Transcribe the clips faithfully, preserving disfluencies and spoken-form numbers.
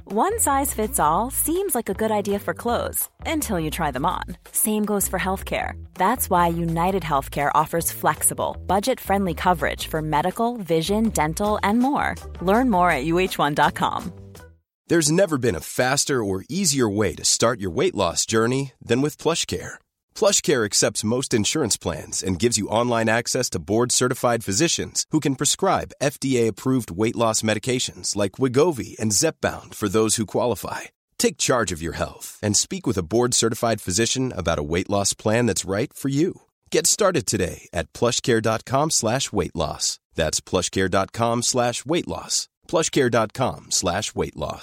One size fits all seems like a good idea for clothes until you try them on. Same goes for healthcare. That's why United Healthcare offers flexible, budget-friendly coverage for medical, vision, dental, and more. Learn more at U H one dot com. There's never been a faster or easier way to start your weight loss journey than with PlushCare. PlushCare accepts most insurance plans and gives you online access to board-certified physicians who can prescribe F D A-approved weight loss medications like Wegovy and Zepbound for those who qualify. Take charge of your health and speak with a board-certified physician about a weight loss plan that's right for you. Get started today at plushcare.com slash weight loss. That's plushcare.com slash weight loss. plushcare.com slash weight loss.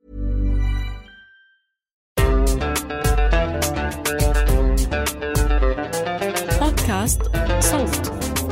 بودكاست صوت.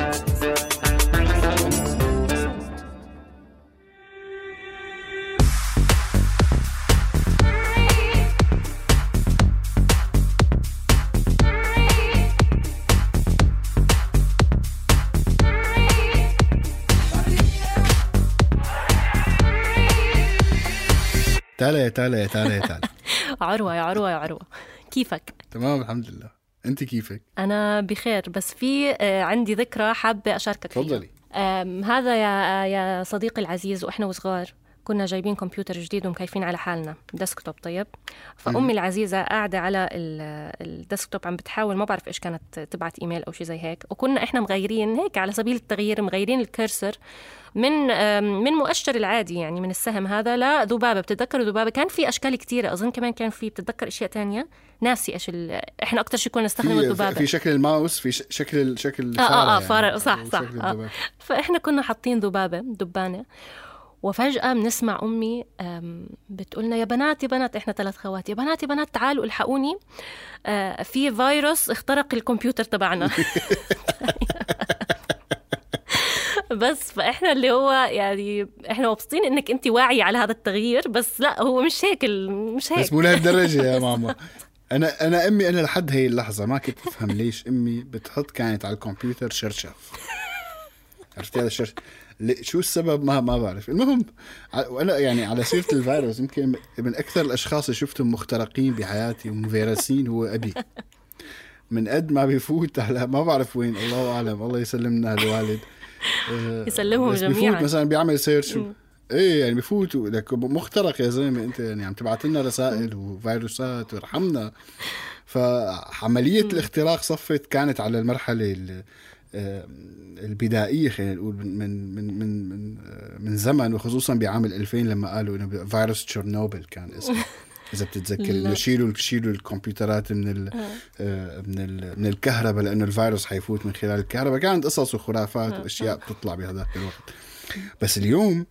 تعالى تعالى تعالى تعالى عروة يا عروة يا عروة، كيفك؟ تمام الحمد لله، انت كيفك؟ أنا بخير، بس في عندي ذكرى حابة أشاركك فيها. تفضلي. هذا يا يا صديقي العزيز، وإحنا وصغار كنا جايبين كمبيوتر جديد ومكيفين على حالنا ديسكتوب. طيب، فأمي العزيزة قاعدة على الديسكتوب عم بتحاول، ما بعرف إيش كانت، تبعت إيميل أو شيء زي هيك، وكنا إحنا مغيرين هيك على سبيل التغيير، مغيرين الكرسر من من مؤشر العادي، يعني من السهم هذا لذبابة. بتتذكر ذبابة؟ كان في أشكال كتيرة، أظن كمان كان في، بتتذكر أشياء تانية ناسي إيش ال... إحنا أكتر شيء كنا نستخدم الذبابة في شكل الماوس، في شكل شكل آه فارة آه فارة يعني. صح صح آه. فإحنا كنا حاطين ذبابة دبانة، وفجأة بنسمع أمي بتقولنا يا بنات يا بنات، إحنا ثلاث خوات، يا بنات يا بنات تعالوا الحقوني، في فيروس اخترق الكمبيوتر تبعنا. بس فإحنا اللي هو يعني إحنا مبسوطين إنك أنت واعية على هذا التغيير، بس لا هو مش هيك، مش هيك، بس مو لهالدرجة يا ماما. أنا أنا أمي أنا لحد هاي اللحظة ما كنت أفهم ليش أمي بتحط كانت على الكمبيوتر شرشف. عرفتي هذا الشرشف شو السبب؟ ما ما بعرف. المهم، وأنا يعني على سيرة الفيروس، يمكن من أكثر الأشخاص اللي شفتهم مخترقين بحياتي ومفيروسين هو أبي. من قد ما بيفوت على ما بعرف وين، الله أعلم، الله يسلمنا الوالد يسلمهم جميعا. بيفوت مثلا بيعمل سيرش و... ايه يعني بيفوت لك مخترق يا زلمه انت، يعني عم تبعت لنا رسائل وفيروسات وارحمنا. فعمليه الاختراق صفت كانت على المرحله البدائيه، خلينا نقول من من من من من زمن، وخصوصا بعام ألفين لما قالوا انه فيروس تشيرنوبل كان اسمه، إذا بتتذكر، إنه يشيلوا يشيلوا الكمبيوترات من ال من ال من الكهرباء لأنه الفيروس حيفوت من خلال الكهرباء. كانت قصص وخرافات وأشياء بتطلع بهذاك الوقت. بس اليوم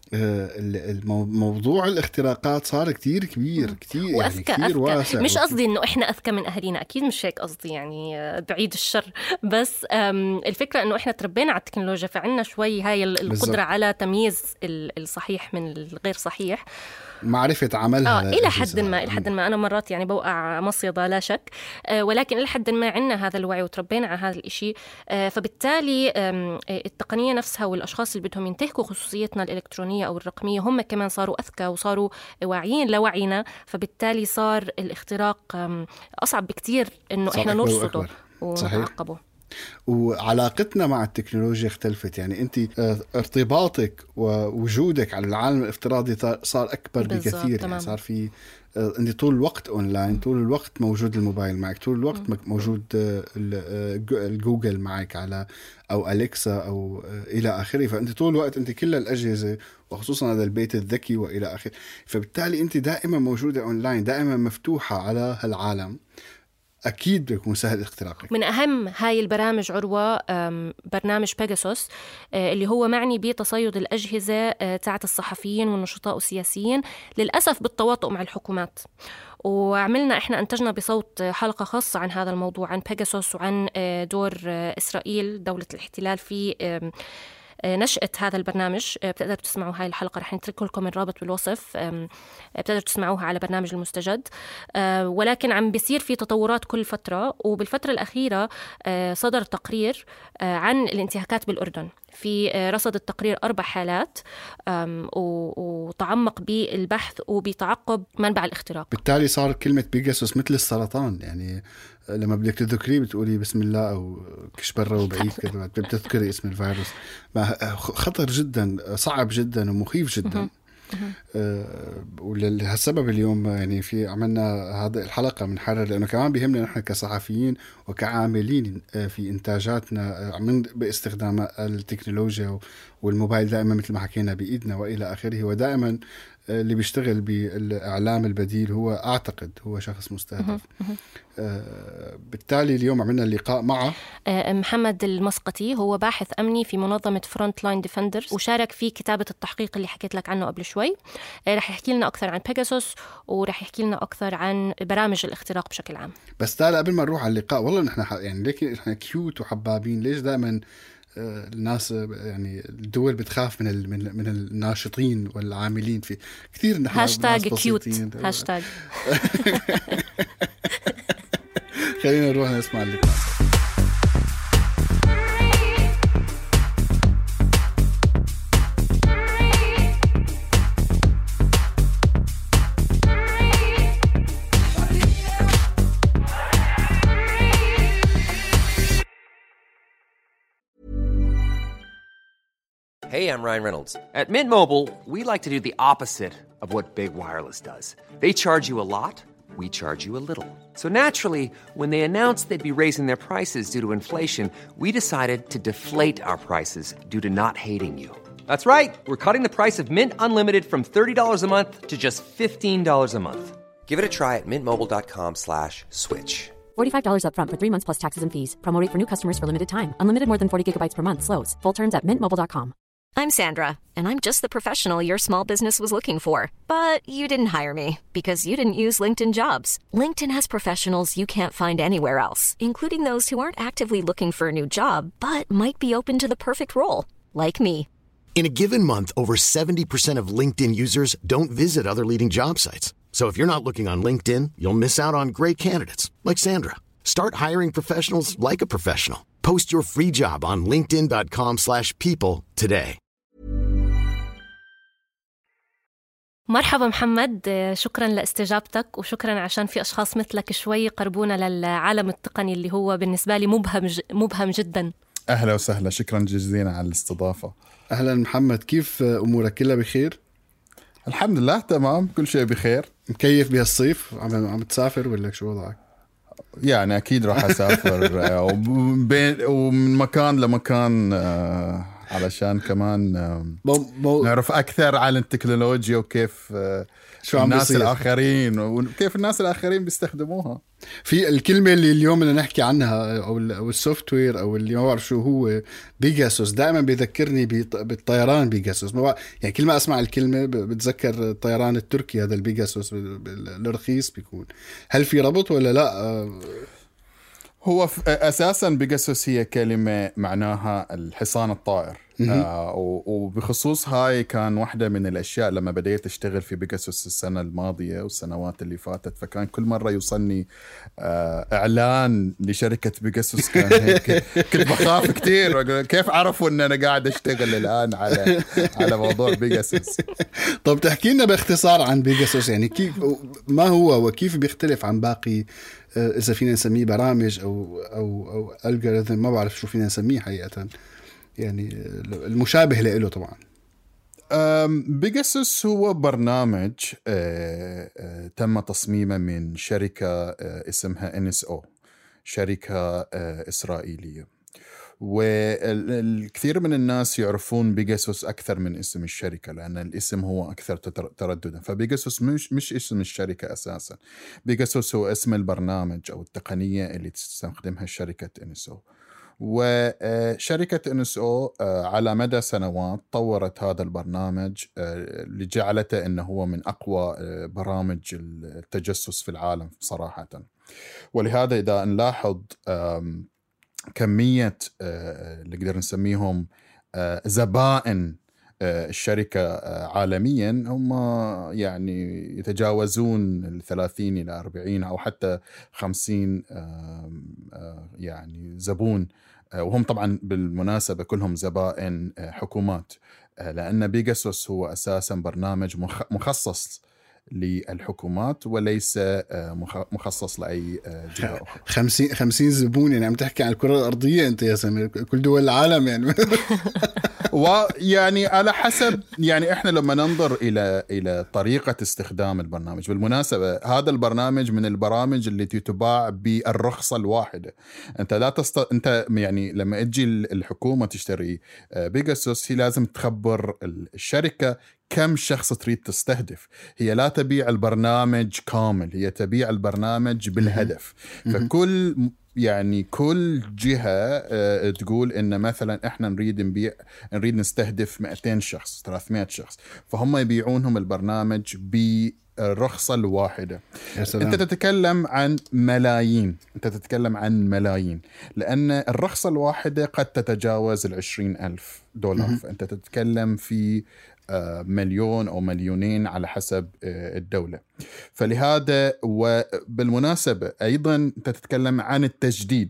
الموضوع الاختراقات صار كتير كبير، كتير يعني كتير واسع. مش قصدي إنه إحنا أذكى من أهالينا، أكيد مش هيك قصدي، يعني بعيد الشر، بس الفكرة إنه إحنا تربينا على التكنولوجيا، فعنا شوي هاي القدرة بالزبط. على تمييز الصحيح من الغير صحيح، معرفة عملها آه إلى حد ما إلى حد ما أنا مرات يعني بوقع مصيدة لا شك، آه ولكن إلى حد ما عنا هذا الوعي وتربينا على هذا الإشي، آه فبالتالي آه التقنية نفسها والأشخاص اللي بدهم ينتهكوا خصوصيتنا الإلكترونية أو الرقمية هم كمان صاروا أذكى وصاروا واعيين لوعينا، فبالتالي صار الاختراق آه أصعب بكتير إنه إحنا نرصده ونعاقبه. وعلاقتنا مع التكنولوجيا اختلفت، يعني أنت ارتباطك ووجودك على العالم الافتراضي صار أكبر بكثير، يعني صار في أنت طول الوقت أونلاين، طول الوقت موجود الموبايل معك، طول الوقت موجود الجوجل معك على أو أليكسا أو إلى آخره، فأنت طول الوقت أنت كل الأجهزة وخصوصا هذا البيت الذكي وإلى آخره، فبالتالي أنت دائما موجودة أونلاين، دائما مفتوحة على هالعالم، أكيد بيكون سهل اختراقك. من أهم هاي البرامج عروة برنامج بيجاسوس اللي هو معني بتصيد الأجهزة تاعت الصحفيين والنشطاء والسياسيين، للأسف بالتواطؤ مع الحكومات. وعملنا إحنا أنتجنا بصوت حلقة خاصة عن هذا الموضوع، عن بيجاسوس وعن دور إسرائيل دولة الاحتلال في نشأة هذا البرنامج بتقدروا تسمعوا هاي الحلقة، رح نترك لكم الرابط بالوصف، بتقدروا تسمعوها على برنامج المستجد. ولكن عم بيصير في تطورات كل فترة، وبالفترة الأخيرة صدر تقرير عن الانتهاكات بالأردن. في رصد التقرير أربع حالات وتعمق بالبحث وبتعقب منبع الاختراق. بالتالي صار كلمة بيجاسوس مثل السرطان، يعني لما بدك تذكريه بتقولي بسم الله أو كش برا وبعيد كذا بتذكري اسم الفيروس. خطر جدا، صعب جدا ومخيف جدا. أه ولهالسبب اليوم يعني في عملنا هذه الحلقة بنحرر، لأنه كمان بيهمنا نحن كصحفيين وكعاملين في إنتاجاتنا من باستخدام التكنولوجيا والموبايل دائما مثل ما حكينا بإيدنا وإلى آخره. ودائما اللي بيشتغل بالإعلام البديل هو أعتقد هو شخص مستهدف. آه بالتالي اليوم عملنا اللقاء مع آه محمد المسقطي، هو باحث أمني في منظمة فرونت لاين ديفندرز، وشارك في كتابة التحقيق اللي حكيت لك عنه قبل شوي. آه رح يحكي لنا أكثر عن بيجاسوس، ورح يحكي لنا أكثر عن برامج الاختراق بشكل عام. بس تعال قبل ما نروح على اللقاء، والله نحن يعني ليك نحن كيوت وحبابين. ليش دائما الناس يعني الدول بتخاف من من من الناشطين والعاملين في كثير؟ نحن هاشتاج كيوت هاشتاج. خلينا نروح نسمع اللقاء. Hey, I'm Ryan Reynolds. At Mint Mobile, we like to do the opposite of what Big Wireless does. They charge you a lot, we charge you a little. So naturally, when they announced they'd be raising their prices due to inflation, we decided to deflate our prices due to not hating you. That's right. We're cutting the price of Mint Unlimited from thirty dollars a month to just fifteen dollars a month. Give it a try at mintmobile.com slash switch. forty-five dollars up front for three months plus taxes and fees. Promo rate for new customers for limited time. Unlimited more than forty gigabytes per month. Slows full terms at mint mobile dot com. I'm Sandra, and I'm just the professional your small business was looking for. But you didn't hire me because you didn't use LinkedIn Jobs. LinkedIn has professionals you can't find anywhere else, including those who aren't actively looking for a new job, but might be open to the perfect role, like me. In a given month, over seventy percent of LinkedIn users don't visit other leading job sites. So if you're not looking on LinkedIn, you'll miss out on great candidates like Sandra. Start hiring professionals like a professional. Post your free job on linkedin dot com slash people today. مرحبا محمد، شكرا لاستجابتك، وشكرا عشان في أشخاص مثلك شوي يقربونا للعالم التقني اللي هو بالنسبة لي مبهم مبهم جدا. أهلا وسهلا، شكرا جزيلا على الاستضافة. أهلا محمد، كيف أمورك؟ كلها بخير؟ الحمد لله تمام، كل شيء بخير. مكيف بهالصيف؟ عم عم تسافر ولا شو وضعك؟ يعني أكيد راح أسافر وبين ومن مكان لمكان علشان كمان مو مو نعرف أكثر عن التكنولوجيا وكيف شو الناس بيصير. الآخرين وكيف الناس الآخرين بيستخدموها. في الكلمة اللي اليوم بدنا نحكي عنها أو السوفت وير أو اللي ما بعرف شو هو بيجاسوس، دائما بيذكرني بالطيران بيجاسوس. ما يعني كل ما أسمع الكلمة بتذكر الطيران التركي هذا البيجاسوس الرخيص بيكون. هل في ربط ولا لا؟ هو أساساً بيجاسوس هي كلمة معناها الحصان الطائر. آه وبخصوص هاي كان واحدة من الأشياء لما بديت أشتغل في بيجاسوس السنة الماضية والسنوات اللي فاتت، فكان كل مرة يوصلني آه إعلان لشركة بيجاسوس كان هيك كنت بخاف كتير، كيف عرفوا أن أنا قاعد أشتغل الآن على على موضوع بيجاسوس. طب تحكي لنا باختصار عن بيجاسوس، يعني كيف ما هو وكيف بيختلف عن باقي، إذا فينا نسميه برامج أو أو أو ألغوريثم، ما بعرف شو فينا نسميه حقيقة، يعني المشابه له طبعا. بيجاسوس هو برنامج تم تصميمه من شركة اسمها إن إس أو، شركة إسرائيلية، والكثير من الناس يعرفون بيجاسوس أكثر من اسم الشركة لأن الاسم هو أكثر ترددا. فبيجاسوس مش مش اسم الشركة أساسا، بيجاسوس هو اسم البرنامج أو التقنية اللي تستخدمها شركة إن إس أو. وشركة إن إس أو على مدى سنوات طورت هذا البرنامج اللي جعلته إنه هو من أقوى برامج التجسس في العالم صراحة. ولهذا إذا نلاحظ كمية اللي قدر نسميهم زبائن الشركة عالميا هم يعني يتجاوزون الثلاثين إلى أربعين أو حتى خمسين يعني زبون، وهم طبعا بالمناسبة كلهم زبائن حكومات، لأن بيجاسوس هو أساسا برنامج مخصص للحكومات وليس مخصص لأي جهة أخرى. خمسين خمسين زبون، يعني عم تحكي عن الكرة الأرضية أنت يا سمير، كل دول العالم يعني. ويعني على حسب، يعني إحنا لما ننظر إلى إلى طريقة استخدام البرنامج، بالمناسبة هذا البرنامج من البرامج التي تباع بالرخصة الواحدة. أنت لا تست... أنت يعني لما تجي الحكومة تشتري بيجاسوس هي لازم تخبر الشركة كم شخص تريد تستهدف. هي لا تبيع البرنامج كامل، هي تبيع البرنامج بالهدف. فكل يعني كل جهة تقول إن مثلا إحنا نريد نبيع نريد نستهدف مئتين شخص ثلاثمائة شخص، فهم يبيعونهم البرنامج بالرخصة الواحدة. أنت تتكلم عن ملايين، أنت تتكلم عن ملايين، لأن الرخصة الواحدة قد تتجاوز العشرين ألف دولار. فأنت تتكلم في مليون أو مليونين على حسب الدولة. فلهذا وبالمناسبة أيضا أنت تتكلم عن التجديد،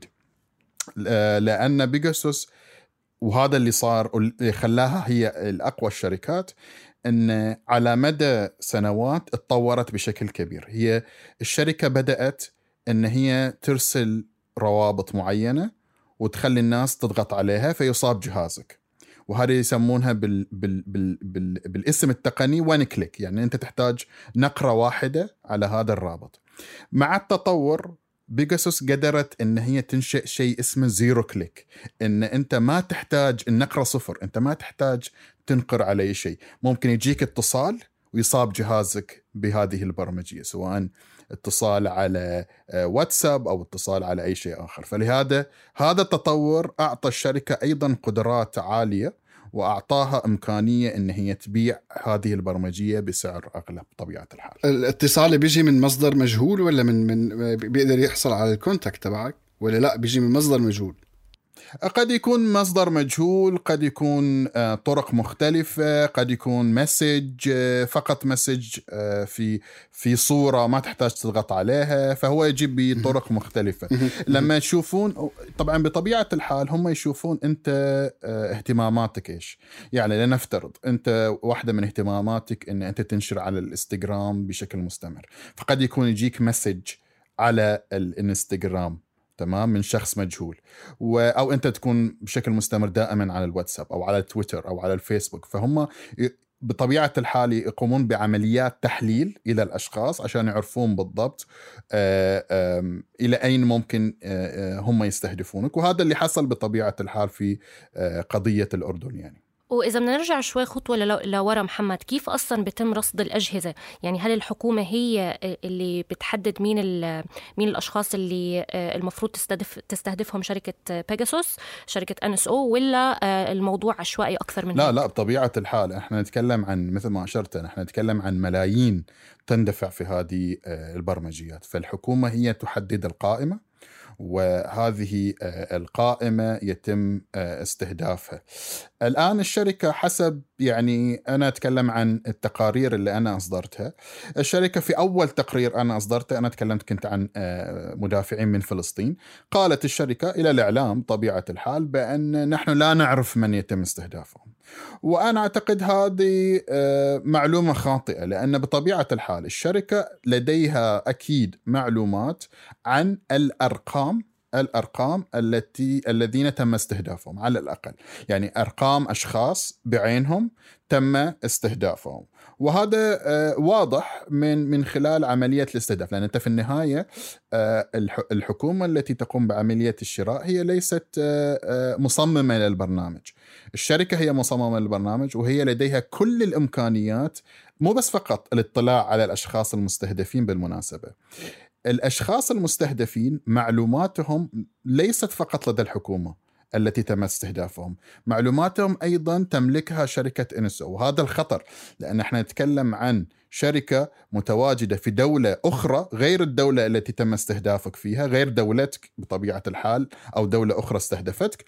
لأن بيجاسوس وهذا اللي صار اللي خلاها هي الأقوى الشركات، أن على مدى سنوات اتطورت بشكل كبير. هي الشركة بدأت أن هي ترسل روابط معينة وتخلي الناس تضغط عليها فيصاب جهازك، وهذه يسمونها بال بال بال بال بالاسم التقني وان كليك، يعني أنت تحتاج نقرة واحدة على هذا الرابط. مع التطور بيجاسوس قدرت إن هي تنشئ شيء اسمه زيرو كليك، إن أنت ما تحتاج النقرة صفر، أنت ما تحتاج تنقر على شيء، ممكن يجيك اتصال ويصاب جهازك بهذه البرمجية، سواء اتصال على واتساب أو اتصال على أي شيء آخر. فلهذا هذا التطور أعطى الشركة أيضا قدرات عالية، وأعطاها إمكانية إن هي تبيع هذه البرمجية بسعر أغلى بطبيعة الحال. الاتصال بيجي من مصدر مجهول ولا من من بيقدر يحصل على الكونتاكت تبعك، ولا لا بيجي من مصدر مجهول؟ قد يكون مصدر مجهول، قد يكون طرق مختلفة، قد يكون مسج فقط مسج في في صورة ما تحتاج تضغط عليها، فهو يجيب بطرق مختلفة. لما يشوفون طبعا بطبيعة الحال هم يشوفون أنت اهتماماتك إيش. يعني لنفترض أنت واحدة من اهتماماتك أن أنت تنشر على الانستغرام بشكل مستمر، فقد يكون يجيك مسج على الانستغرام تمام من شخص مجهول، و أو أنت تكون بشكل مستمر دائما على الواتساب أو على تويتر أو على الفيسبوك، فهم بطبيعة الحال يقومون بعمليات تحليل إلى الأشخاص عشان يعرفون بالضبط إلى أين ممكن هم يستهدفونك. وهذا اللي حصل بطبيعة الحال في قضية الأردن. يعني وإذا بدنا نرجع شوي خطوة لورا محمد، كيف أصلاً بتم رصد الأجهزة؟ يعني هل الحكومة هي اللي بتحدد مين مين الأشخاص اللي المفروض تستهدف تستهدفهم شركة بيجاسوس، شركة إن إس أو، ولا الموضوع عشوائي أكثر من لا هيك؟ لا بطبيعة الحال احنا نتكلم عن مثل ما أشرت، احنا نتكلم عن ملايين تندفع في هذه البرمجيات. فالحكومة هي تحدد القائمة، وهذه القائمة يتم استهدافها. الآن الشركة حسب يعني أنا أتكلم عن التقارير اللي أنا أصدرتها. الشركة في أول تقرير أنا أصدرته أنا تكلمت كنت عن مدافعين من فلسطين. قالت الشركة إلى الإعلام طبيعة الحال بأن نحن لا نعرف من يتم استهدافهم، وأنا أعتقد هذه معلومة خاطئة، لأن بطبيعة الحال الشركة لديها أكيد معلومات عن الأرقام الأرقام التي الذين تم استهدافهم على الأقل، يعني أرقام أشخاص بعينهم تم استهدافهم، وهذا واضح من من خلال عملية الاستهداف. لأن أنت في النهاية الحكومة التي تقوم بعملية الشراء هي ليست مصممة للبرنامج، الشركة هي مصممة للبرنامج، وهي لديها كل الإمكانيات، مو بس فقط الاطلاع على الأشخاص المستهدفين. بالمناسبة الأشخاص المستهدفين معلوماتهم ليست فقط لدى الحكومة التي تم استهدافهم، معلوماتهم أيضا تملكها شركة إن إس أو، وهذا الخطر، لأن احنا نتكلم عن شركة متواجدة في دولة أخرى غير الدولة التي تم استهدافك فيها، غير دولتك بطبيعة الحال، أو دولة أخرى استهدفتك،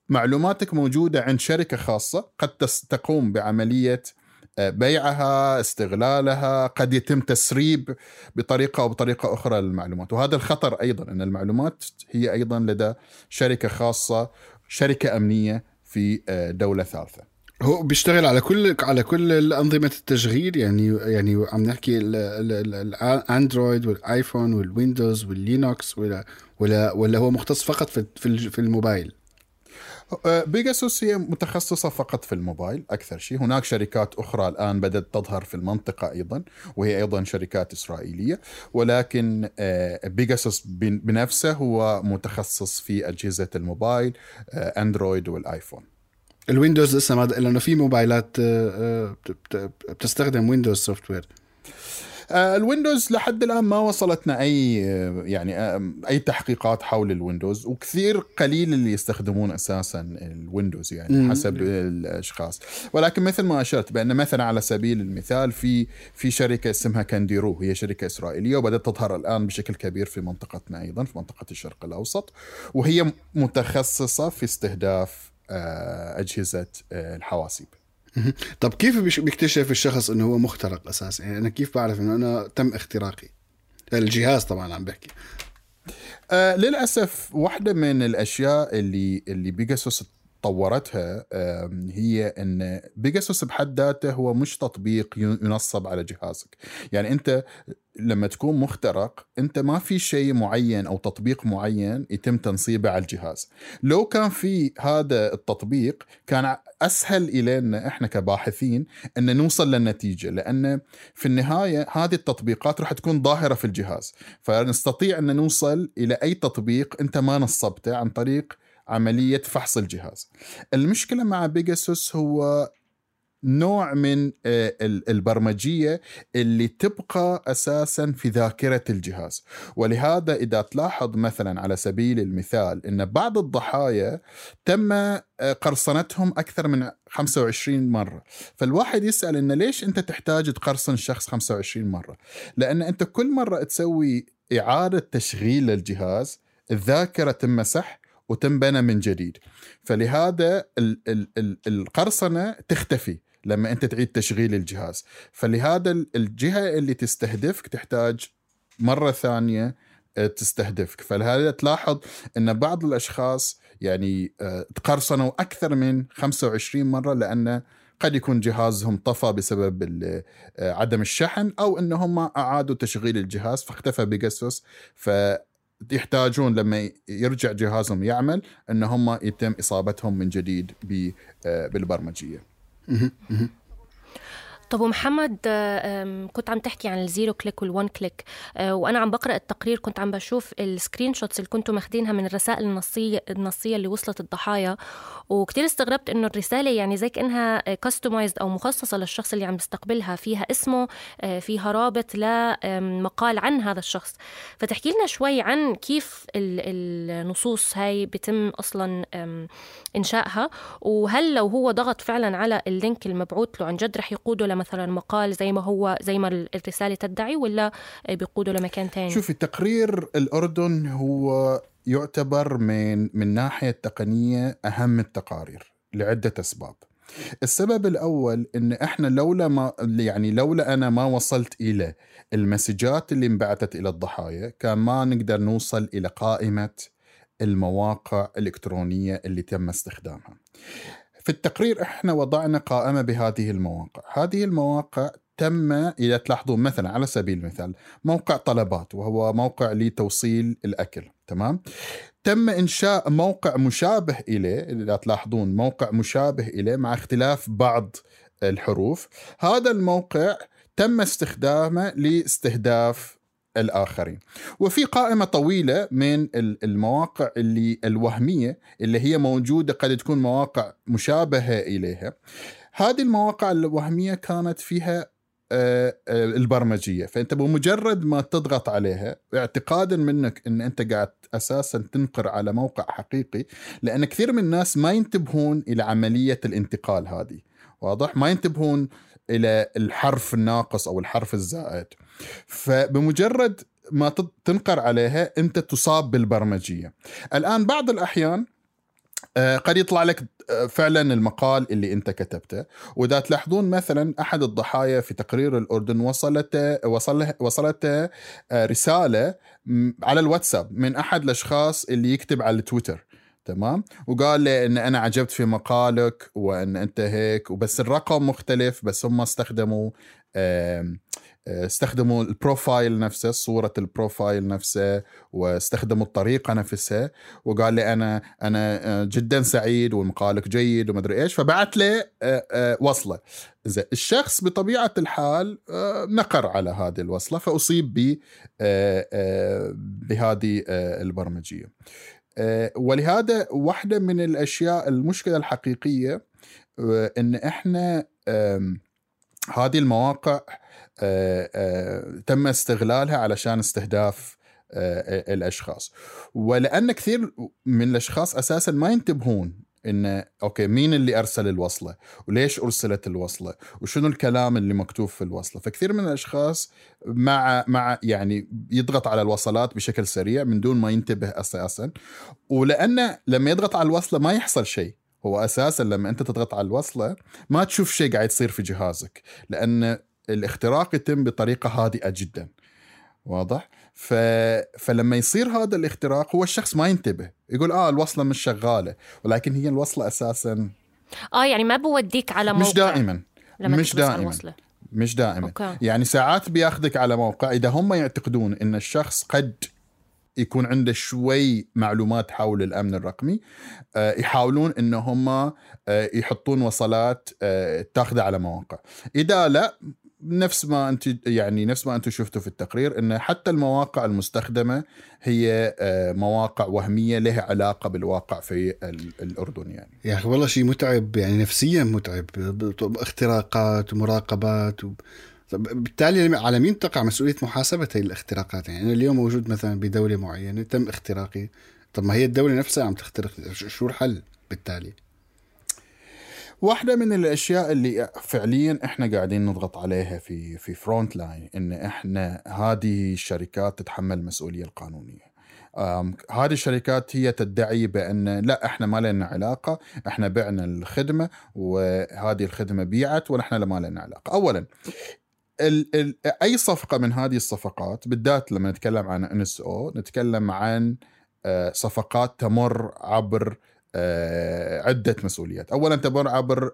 معلوماتك موجودة عند شركة خاصة قد تقوم بعملية بيعها، استغلالها، قد يتم تسريب بطريقة أو بطريقة أخرى للمعلومات. وهذا الخطر أيضا، أن المعلومات هي أيضا لدى شركة خاصة، شركة أمنية في دولة ثالثة. هو بيشتغل على كل على كل أنظمة التشغيل، يعني يعني عم نحكي الأندرويد والآيفون والويندوز واللينوكس، ولا ولا ولا هو مختص فقط في في الموبايل؟ بيجاسوس هي متخصصة فقط في الموبايل أكثر شيء. هناك شركات أخرى الآن بدأت تظهر في المنطقة أيضا، وهي أيضا شركات إسرائيلية، ولكن بيجاسوس بنفسه هو متخصص في أجهزة الموبايل، أندرويد والآيفون. الويندوز لسه ما، لأنه في موبايلات بتستخدم ويندوز سوفت وير. الويندوز لحد الآن ما وصلتنا أي يعني أي تحقيقات حول الويندوز، وكثير قليل اللي يستخدمون أساسا الويندوز يعني حسب الأشخاص. ولكن مثل ما أشرت بأن مثلا على سبيل المثال في في شركة اسمها كانديرو، هي شركة إسرائيلية وبدأت تظهر الآن بشكل كبير في منطقتنا أيضا، في منطقة الشرق الأوسط، وهي متخصصة في استهداف أجهزة الحواسيب. طب كيف بيكتشف الشخص انه هو مخترق اساسا؟ يعني انا كيف بعرف انه انا تم اختراقي؟ الجهاز طبعا عم بحكي. آه للاسف واحده من الاشياء اللي اللي بيجاسوس طورتها آه هي ان بيجاسوس بحد ذاته هو مش تطبيق ينصب على جهازك. يعني انت لما تكون مخترق انت ما في شيء معين او تطبيق معين يتم تنصيبه على الجهاز. لو كان في هذا التطبيق كان اسهل الينا احنا كباحثين ان نوصل للنتيجه، لان في النهايه هذه التطبيقات راح تكون ظاهره في الجهاز، فنستطيع ان نوصل الى اي تطبيق انت ما نصبته عن طريق عمليه فحص الجهاز. المشكله مع بيجاسوس هو نوع من البرمجية اللي تبقى أساساً في ذاكرة الجهاز. ولهذا إذا تلاحظ مثلاً على سبيل المثال إن بعض الضحايا تم قرصنتهم أكثر من خمسة وعشرين مرة، فالواحد يسأل إن ليش أنت تحتاج تقرصن شخص خمسة وعشرين مرة؟ لأن أنت كل مرة تسوي إعادة تشغيل للجهاز الذاكرة تمسح وتنبنى من جديد، فلهذا ال- ال- ال- القرصنة تختفي لما أنت تعيد تشغيل الجهاز. فلهذا الجهة اللي تستهدفك تحتاج مرة ثانية تستهدفك. فلهذا تلاحظ أن بعض الأشخاص يعني تقرصنوا أكثر من خمسة وعشرين مرة، لأن قد يكون جهازهم طفى بسبب عدم الشحن، أو أنهم أعادوا تشغيل الجهاز فاختفى بيجاسوس، فيحتاجون لما يرجع جهازهم يعمل أن هم يتم إصابتهم من جديد بالبرمجية. طب ومحمد، كنت عم تحكي عن الزيرو كليك والون كليك، وأنا عم بقرأ التقرير كنت عم بشوف السكرين شوتس اللي كنتوا ماخدينها من الرسائل النصية النصية اللي وصلت الضحايا، وكتير استغربت إنه الرسالة يعني زي كأنها كاستمايزد أو مخصصة للشخص اللي عم يستقبلها، فيها اسمه، فيها رابط لمقال عن هذا الشخص. فتحكي لنا شوي عن كيف النصوص هاي بيتم أصلا إنشائها، وهل لو هو ضغط فعلا على اللينك المبعوث له عن جد رح يقوده مثلا مقال زي ما هو زي ما الرسالة تدعي، ولا بيقوده لمكان تاني؟ شوفي، تقرير الأردن هو يعتبر من من ناحية تقنية أهم التقارير لعدة أسباب. السبب الأول إن إحنا لولا ما يعني لولا أنا ما وصلت إلى المسجات اللي انبعثت إلى الضحايا كان ما نقدر نوصل إلى قائمة المواقع الإلكترونية اللي تم استخدامها. في التقرير إحنا وضعنا قائمة بهذه المواقع. هذه المواقع تم، إذا تلاحظون مثلا على سبيل المثال موقع طلبات، وهو موقع لتوصيل الأكل، تمام؟ تم إنشاء موقع مشابه إليه، إذا تلاحظون موقع مشابه إليه مع اختلاف بعض الحروف. هذا الموقع تم استخدامه لاستهداف الآخرين. وفي قائمة طويلة من المواقع اللي الوهمية اللي هي موجودة، قد تكون مواقع مشابهة إليها. هذه المواقع الوهمية كانت فيها البرمجية، فأنت بمجرد ما تضغط عليها اعتقادا منك أن أنت قاعد أساسا تنقر على موقع حقيقي، لأن كثير من الناس ما ينتبهون إلى عملية الانتقال هذه، واضح؟ ما ينتبهون إلى الحرف الناقص أو الحرف الزائد، فبمجرد ما تنقر عليها أنت تصاب بالبرمجية. الآن بعض الأحيان قد يطلع لك فعلا المقال اللي انت كتبته. واذا تلاحظون مثلا احد الضحايا في تقرير الاردن وصلت وصل وصلت رساله على الواتساب من احد الاشخاص اللي يكتب على تويتر، تمام، وقال لي ان انا عجبت في مقالك وان انت هيك، وبس الرقم مختلف، بس هم استخدموا استخدموا البروفايل نفسه، صورة البروفايل نفسه، واستخدموا الطريقة نفسها، وقال لي أنا أنا جدا سعيد ومقالك جيد وما أدري إيش، فبعت لي وصلة. إذا الشخص بطبيعة الحال نقر على هذه الوصلة، فأصيب ب بهذه البرمجية. ولهذا واحدة من الأشياء المشكلة الحقيقية إن إحنا هذه المواقع آه آه تم استغلالها علشان استهداف آه الأشخاص، ولأن كثير من الأشخاص أساسا ما ينتبهون إن أوكي مين اللي أرسل الوصلة وليش أرسلت الوصلة وشنو الكلام اللي مكتوب في الوصلة. فكثير من الأشخاص مع مع يعني يضغط على الوصلات بشكل سريع من دون ما ينتبه أساسا، ولأن لما يضغط على الوصلة ما يحصل شيء. هو أساسا لما أنت تضغط على الوصلة ما تشوف شيء قاعد يصير في جهازك، لأن الاختراق يتم بطريقة هادئة جدا، واضح؟ ف... فلما يصير هذا الاختراق هو الشخص ما ينتبه، يقول آه الوصلة مش شغالة، ولكن هي الوصلة أساسا آه يعني ما بوديك على موقع. مش دائما مش دائما مش دائما أوكي. يعني ساعات بياخدك على موقع إذا هم يعتقدون إن الشخص قد يكون عنده شوي معلومات حول الأمن الرقمي، يحاولون إن هم يحطون وصلات تاخذ على مواقع. إذا لا، نفس ما أنت يعني نفس ما أنتم شفتوا في التقرير، إن حتى المواقع المستخدمة هي مواقع وهمية لها علاقة بالواقع في الأردن. يعني يا أخي والله شيء متعب، يعني نفسيا متعب، اختراقات ومراقبات و... بالتالي على مين تقع مسؤولية محاسبة هذه الاختراقات؟ يعني اليوم موجود مثلا بدولة معينة تم اختراقي، طب ما هي الدولة نفسها عم تخترق، شو الحل بالتالي؟ واحدة من الأشياء اللي فعليا إحنا قاعدين نضغط عليها في في فرونت لاين إن إحنا هذه الشركات تتحمل مسؤولية القانونية. هذه الشركات هي تدعي بأن لا إحنا ما لنا علاقة، إحنا بعنا الخدمة وهذه الخدمة بيعت ونحن ما لنا علاقة. أولا ال ال أي صفقة من هذه الصفقات، بالذات لما نتكلم عن إن إس أو نتكلم عن صفقات تمر عبر عدة مسؤوليات. أولا تمر عبر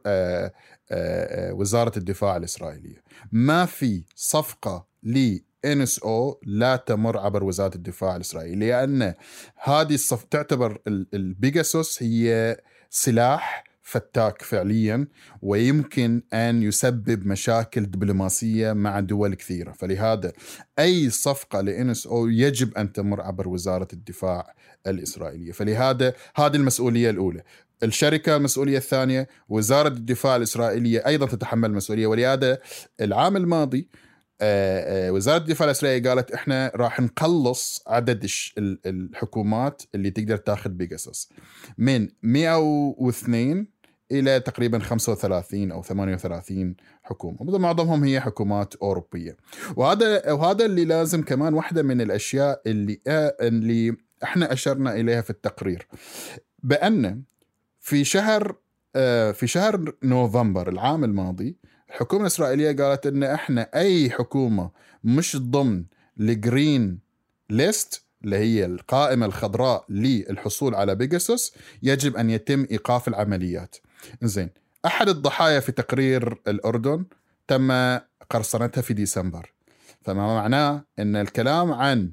وزارة الدفاع الإسرائيلية. ما في صفقة ل إن إس أو لا تمر عبر وزارة الدفاع الإسرائيلية، لأن هذه الصف تعتبر البيجاسوس هي سلاح فتاك فعليا، ويمكن أن يسبب مشاكل دبلوماسية مع دول كثيرة. فلهذا أي صفقة ل إن إس أو يجب أن تمر عبر وزارة الدفاع الإسرائيلية. فلهذا هذه المسؤولية الأولى. الشركة المسؤولية الثانية، وزارة الدفاع الإسرائيلية أيضا تتحمل مسؤولية. ولهذا العام الماضي وزارة الدفاع الإسرائيلية قالت إحنا راح نقلص عدد الحكومات اللي تقدر تاخذ بيجاسوس من مئة واثنين إلى تقريبا خمسة وثلاثين أو ثمانية وثلاثين حكومة، معظمهم هي حكومات أوروبية. وهذا وهذا اللي لازم كمان واحدة من الأشياء اللي اللي إحنا أشرنا إليها في التقرير، بأن في شهر في شهر نوفمبر العام الماضي الحكومة الإسرائيلية قالت إن إحنا أي حكومة مش ضمن الجرين ليست اللي هي القائمة الخضراء للحصول على بيجاسوس يجب أن يتم إيقاف العمليات. إنزين، أحد الضحايا في تقرير الأردن تم قرصنتها في ديسمبر، فما معناه إن الكلام عن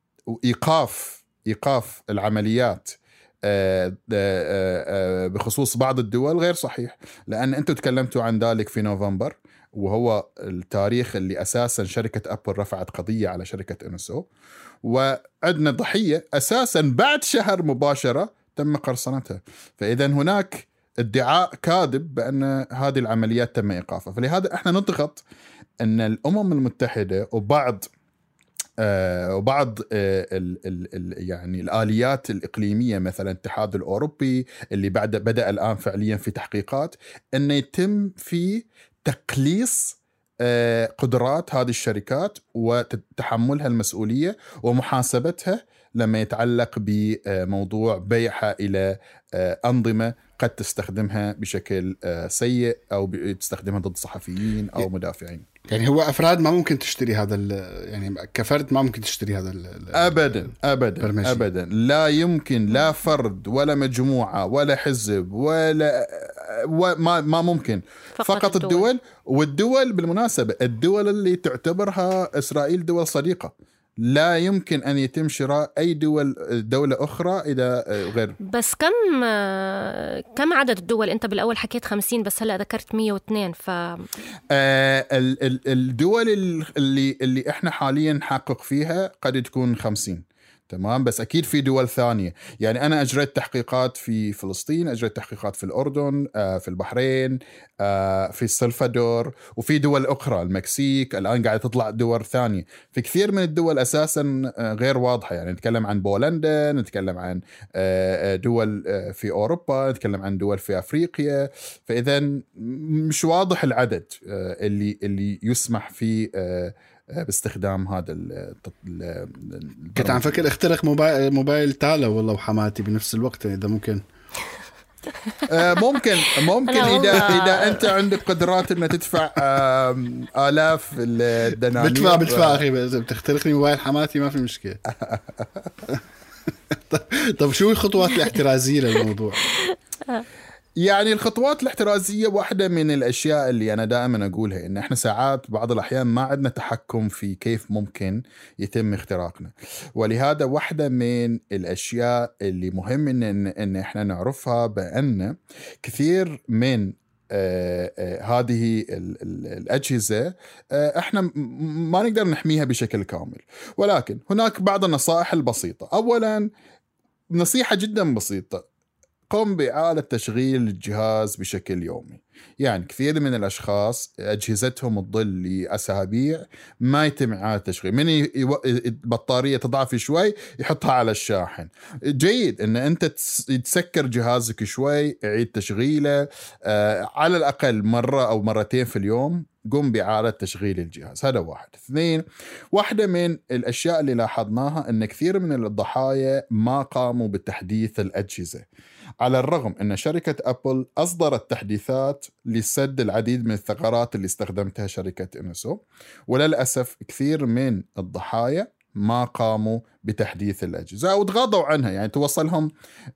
إيقاف إيقاف العمليات بخصوص بعض الدول غير صحيح، لأن أنتم تكلمتوا عن ذلك في نوفمبر، وهو التاريخ اللي أساسا شركة أبل رفعت قضية على شركة إن إس أو، وعندنا ضحية أساسا بعد شهر مباشرة تم قرصنتها. فإذا هناك ادعاء كاذب بأن هذه العمليات تم إيقافها. فلهذا احنا نضغط أن الأمم المتحدة وبعض آه وبعض آه ال ال ال يعني الآليات الإقليمية مثلا الاتحاد الأوروبي اللي بعد بدأ الآن فعليا في تحقيقات أن يتم في تقليص قدرات هذه الشركات وتحملها المسؤولية ومحاسبتها لما يتعلق بموضوع بيعها إلى أنظمة قد تستخدمها بشكل سيء أو تستخدمها ضد صحفيين أو مدافعين. يعني هو أفراد ما ممكن تشتري هذا، يعني كفرد ما ممكن تشتري هذا أبدا أبدا برمجي. أبدا لا يمكن، لا فرد ولا مجموعة ولا حزب ولا ما ما ممكن، فقط, فقط الدول. الدول والدول بالمناسبة الدول اللي تعتبرها إسرائيل دول صديقة لا يمكن أن يتم شراء أي دول دولة أخرى إذا غير. بس كم كم عدد الدول؟ أنت بالأول حكيت خمسين بس هلأ ذكرت مية واثنين. ف آه الدول اللي اللي إحنا حاليا نحقق فيها قد تكون خمسين، تمام، بس أكيد في دول ثانية. يعني أنا أجريت تحقيقات في فلسطين، أجريت تحقيقات في الأردن، في البحرين، في السلفادور، وفي دول أخرى، المكسيك، الآن قاعدة تطلع دول ثانية. في كثير من الدول أساسا غير واضحة، يعني نتكلم عن بولندا، نتكلم عن دول في أوروبا، نتكلم عن دول في أفريقيا. فإذا مش واضح العدد اللي اللي يسمح فيه باستخدام هذا ال كنت عم فكر اخترق موبايل موبايل تالا والله وحماتي بنفس الوقت، إذا ممكن ممكن ممكن إذا إذا أنت عندك قدرات إن تدفع آلاف الدنانير. بدفع بدفع أخي، بتخترقني موبايل حماتي ما في مشكلة. طب شو الخطوات الاحترازية للموضوع؟ يعني الخطوات الاحترازية واحدة من الأشياء اللي أنا دائما أقولها، إن إحنا ساعات بعض الأحيان ما عندنا تحكم في كيف ممكن يتم اختراقنا، ولهذا واحدة من الأشياء اللي مهم إن, إن إحنا نعرفها بأن كثير من آه آه هذه الأجهزة آه إحنا ما نقدر نحميها بشكل كامل، ولكن هناك بعض النصائح البسيطة. أولا نصيحة جدا بسيطة، قم بإعادة تشغيل الجهاز بشكل يومي. يعني كثير من الأشخاص أجهزتهم تظل لأسابيع ما يتم إعادة تشغيل، من البطارية تضعف شوي يحطها على الشاحن. جيد أن أنت تسكر جهازك شوي، عيد تشغيله آه على الأقل مرة أو مرتين في اليوم، قم بإعادة تشغيل الجهاز. هذا واحد. اثنين، واحدة من الأشياء اللي لاحظناها أن كثير من الضحايا ما قاموا بتحديث الأجهزة، على الرغم أن شركة أبل أصدرت تحديثات لسد العديد من الثغرات اللي استخدمتها شركة إنسو، وللأسف كثير من الضحايا ما قاموا بتحديث الأجهزة أو تغاضوا عنها. يعني توصلهم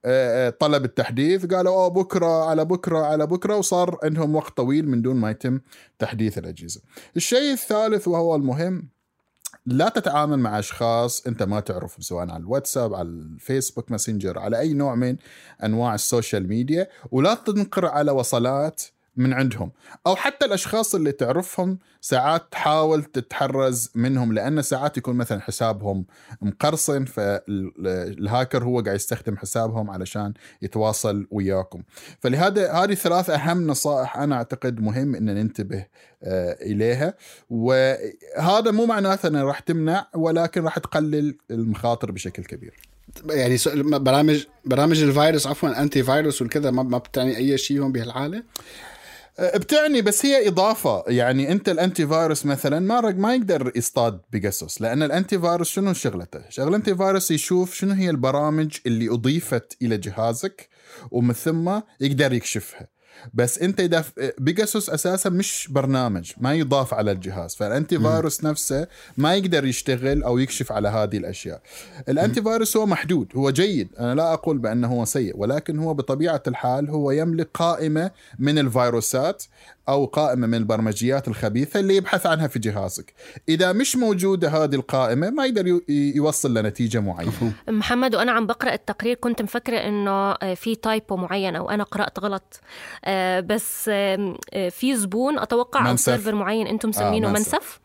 طلب التحديث قالوا أوه بكرة على بكرة على بكرة، وصار عندهم وقت طويل من دون ما يتم تحديث الأجهزة. الشيء الثالث وهو المهم، لا تتعامل مع أشخاص أنت ما تعرفهم، سواء على الواتساب، على الفيسبوك ماسنجر، على أي نوع من أنواع السوشيال ميديا، ولا تنقر على وصلات من عندهم، أو حتى الأشخاص اللي تعرفهم ساعات تحاول تتحرز منهم، لأن ساعات يكون مثلا حسابهم مقرصن، فالهاكر هو قاعد يستخدم حسابهم علشان يتواصل وياكم. فلهذا هذه ثلاث أهم نصائح أنا أعتقد مهم أن ننتبه إليها، وهذا مو معناته أنه راح تمنع، ولكن راح تقلل المخاطر بشكل كبير. يعني برامج برامج الفيروس عفوا أنتي فيروس والكذا ما بتعني أي شيء هون بهالحالة؟ بتعني، بس هي إضافة. يعني أنت الأنتي فيروس مثلا ما ما يقدر يصطاد بيجاسوس، لأن الأنتي فيروس شنو شغلته؟ شغل الأنتي فيروس يشوف شنو هي البرامج اللي أضيفت إلى جهازك ومن ثم يقدر يكشفها. بس انت اذا بيجاسوس اساسا مش برنامج ما يضاف على الجهاز، فالانتي فيروس نفسه ما يقدر يشتغل او يكشف على هذه الاشياء. الانتي فيروس هو محدود، هو جيد، انا لا اقول بانه هو سيء، ولكن هو بطبيعه الحال هو يملك قائمه من الفيروسات او قائمه من البرمجيات الخبيثه اللي يبحث عنها في جهازك. اذا مش موجوده هذه القائمه ما يقدر يوصل لنتيجه معينه. محمد، وانا عم بقرا التقرير كنت مفكره انه في تايبو معين او انا قرات غلط، بس في زبون اتوقع او سيرفر معين انتم مسمينه آه منسف.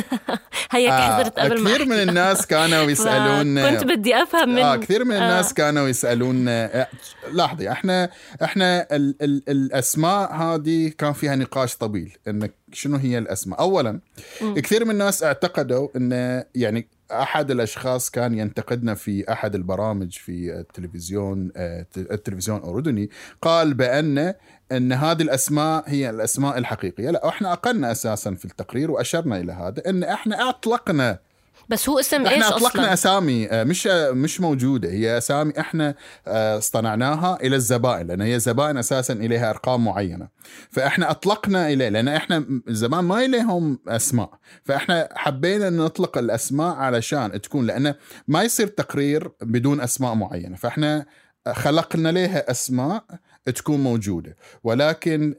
هيك حضرت آه قبل ما كثير من الناس كانوا يسالون، كنت بدي افهم من آه كثير من الناس آه. كانوا يسالون آه لاحظي احنا احنا ال ال الاسماء هذه كان فيها نقاش طويل انك شنو هي الاسماء. اولا م. كثير من الناس اعتقدوا ان يعني أحد الأشخاص كان ينتقدنا في أحد البرامج في التلفزيون التلفزيون الأردني، قال بأن أن هذه الأسماء هي الأسماء الحقيقية. لا، إحنا أقلنا أساسا في التقرير وأشرنا إلى هذا، أن إحنا أطلقنا، بس هو اسم احنا ايش اطلقنا أصلاً؟ اسامي مش مش موجوده، هي اسامي احنا اصطنعناها الى الزبائن، لان هي الزبائن اساسا اليها ارقام معينه، فاحنا اطلقنا اليه لان احنا زمان ما اليهم اسماء، فاحنا حبينا نطلق الاسماء علشان تكون، لان ما يصير تقرير بدون اسماء معينه، فاحنا خلقنا لها أسماء تكون موجودة، ولكن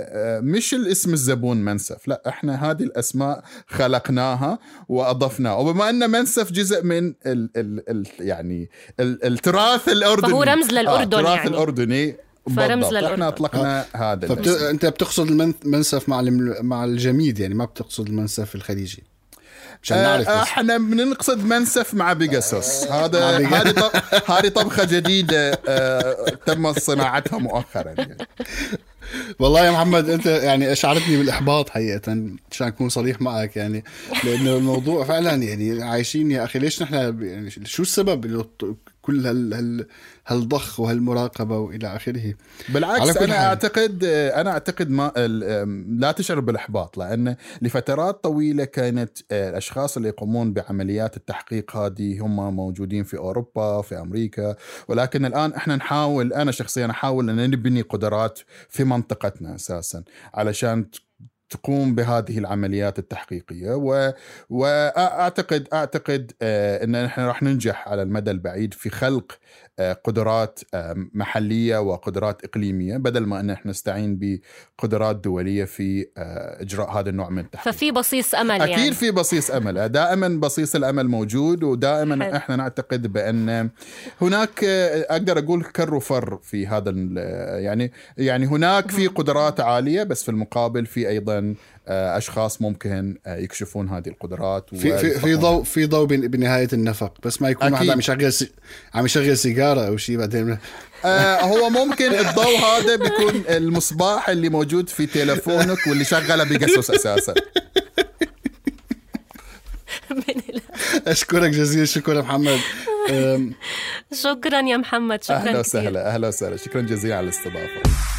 مش الاسم الزبون منسف، لا، احنا هذه الأسماء خلقناها وأضفناها، وبما أن منسف جزء من ال ال ال يعني ال التراث الأردني، فهو رمز للأردن، آه، التراث يعني الأردني، فرمز للأردن. احنا أطلقنا آه. هذا فبت... أنت بتقصد المنسف مع مع الجميد، يعني ما بتقصد المنسف الخليجي؟ آه احنا بنقصد منسف مع بيجاسوس. هذا هذه طب... هذه طبخة جديدة آه تم صناعتها مؤخرا يعني. والله يا محمد انت يعني اشعرتني بالاحباط حقيقه، عشان اكون صريح معك، يعني لانه الموضوع فعلا يعني عايشين يا اخي ليش نحن يعني شو السبب انه كل هال هال هالضخ وهالمراقبه والى اخره؟ بالعكس انا حال. اعتقد انا اعتقد ما لا تشعر بالاحباط، لان لفترات طويله كانت الاشخاص اللي يقومون بعمليات التحقيق هذه هم موجودين في اوروبا في امريكا، ولكن الان احنا نحاول، انا شخصيا احاول ان نبني قدرات في منطقتنا اساسا علشان تقوم بهذه العمليات التحقيقية، و... وأعتقد أعتقد أن نحن راح ننجح على المدى البعيد في خلق قدرات محلية وقدرات إقليمية، بدل ما أن احنا نستعين بقدرات دولية في إجراء هذا النوع من التحقيق. ففي بصيص أمل، أكيد يعني. في بصيص أمل، دائما بصيص الأمل موجود، ودائما حل. احنا نعتقد بأن هناك، أقدر أقول كر وفر في هذا، يعني يعني هناك في قدرات عالية، بس في المقابل في أيضا أشخاص ممكن يكشفون هذه القدرات في في في ضوء في ضوء بنهاية النفق، بس ما يكون واحد عم يشغل سي... عم يشغل سيجارة أو شيء بعدين. آه هو ممكن الضوء هذا بيكون المصباح اللي موجود في تلفونك واللي شغله بيجاسوس أساسا. أشكرك جزيلا، شكرا محمد. شكرا يا محمد، شكرا أهلا وسهلا، أهلا وسهلا، شكرا جزيلا على الاستضافة.